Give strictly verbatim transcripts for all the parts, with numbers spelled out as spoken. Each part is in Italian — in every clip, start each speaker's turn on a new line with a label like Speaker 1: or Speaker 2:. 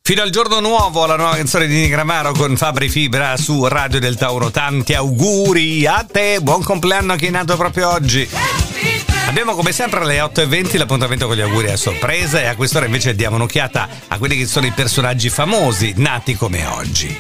Speaker 1: Fino al giorno nuovo, la nuova canzone di Nini Gramaro con Fabri Fibra su Radio del Tauro. Tanti auguri a te, buon compleanno a chi è nato proprio oggi. Abbiamo come sempre alle otto e venti l'appuntamento con gli auguri a sorpresa, e a quest'ora invece diamo un'occhiata a quelli che sono i personaggi famosi nati come oggi.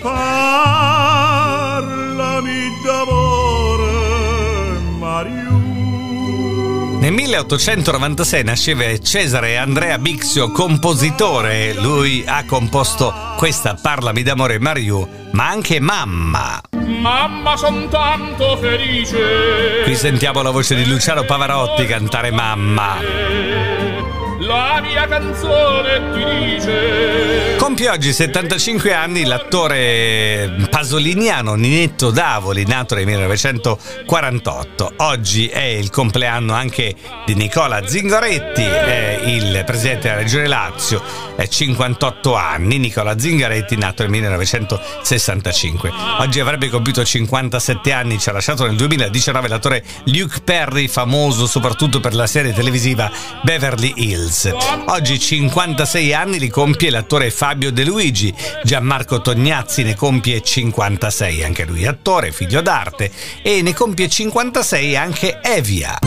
Speaker 2: Parlami d'amore, Mario.
Speaker 1: Nel milleottocentonovantasei nasceva Cesare Andrea Bixio, compositore. Lui ha composto questa Parlami d'amore Mariù, ma anche Mamma.
Speaker 2: Mamma, son tanto felice.
Speaker 1: Qui sentiamo la voce di Luciano Pavarotti cantare Mamma.
Speaker 2: La mia canzone ti dice.
Speaker 1: Compie oggi settantacinque anni l'attore pasoliniano Ninetto Davoli, nato nel millenovecentoquarantotto. Oggi è il compleanno anche di Nicola Zingaretti, è il presidente della Regione Lazio, è cinquantotto anni. Nicola Zingaretti, nato nel millenovecentosessantacinque. Oggi avrebbe compiuto cinquantasette anni, ci ha lasciato nel duemiladiciannove l'attore Luke Perry, famoso soprattutto per la serie televisiva Beverly Hills. Oggi cinquantasei anni li compie l'attore Fabio De Luigi. Gianmarco Tognazzi ne compie cinquantasei, anche lui attore, figlio d'arte, e ne compie cinquantasei anche Evia.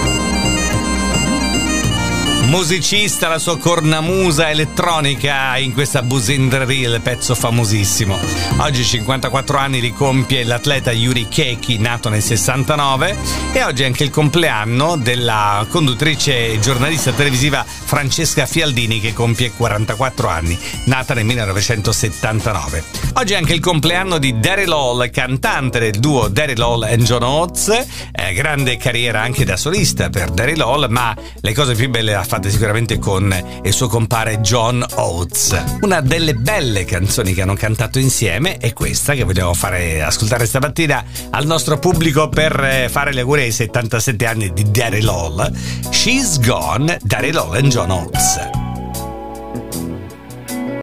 Speaker 1: Musicista, la sua cornamusa elettronica in questa Buzindri, pezzo famosissimo. Oggi cinquantaquattro anni li compie l'atleta Yuri Keki, nato nel sessantanove, e oggi è anche il compleanno della conduttrice e giornalista televisiva Francesca Fialdini, che compie quarantaquattro anni, nata nel millenovecentosettantanove. Oggi è anche il compleanno di Daryl Hall, cantante del duo Daryl Hall and John Oates. Eh, grande carriera anche da solista per Daryl Hall, ma le cose più belle ha fatto sicuramente con il suo compare John Oates. Una delle belle canzoni che hanno cantato insieme è questa che vogliamo fare ascoltare stamattina al nostro pubblico per fare gli auguri ai settantasette anni di Daryl Hall. She's Gone, Daryl Hall and John Oates.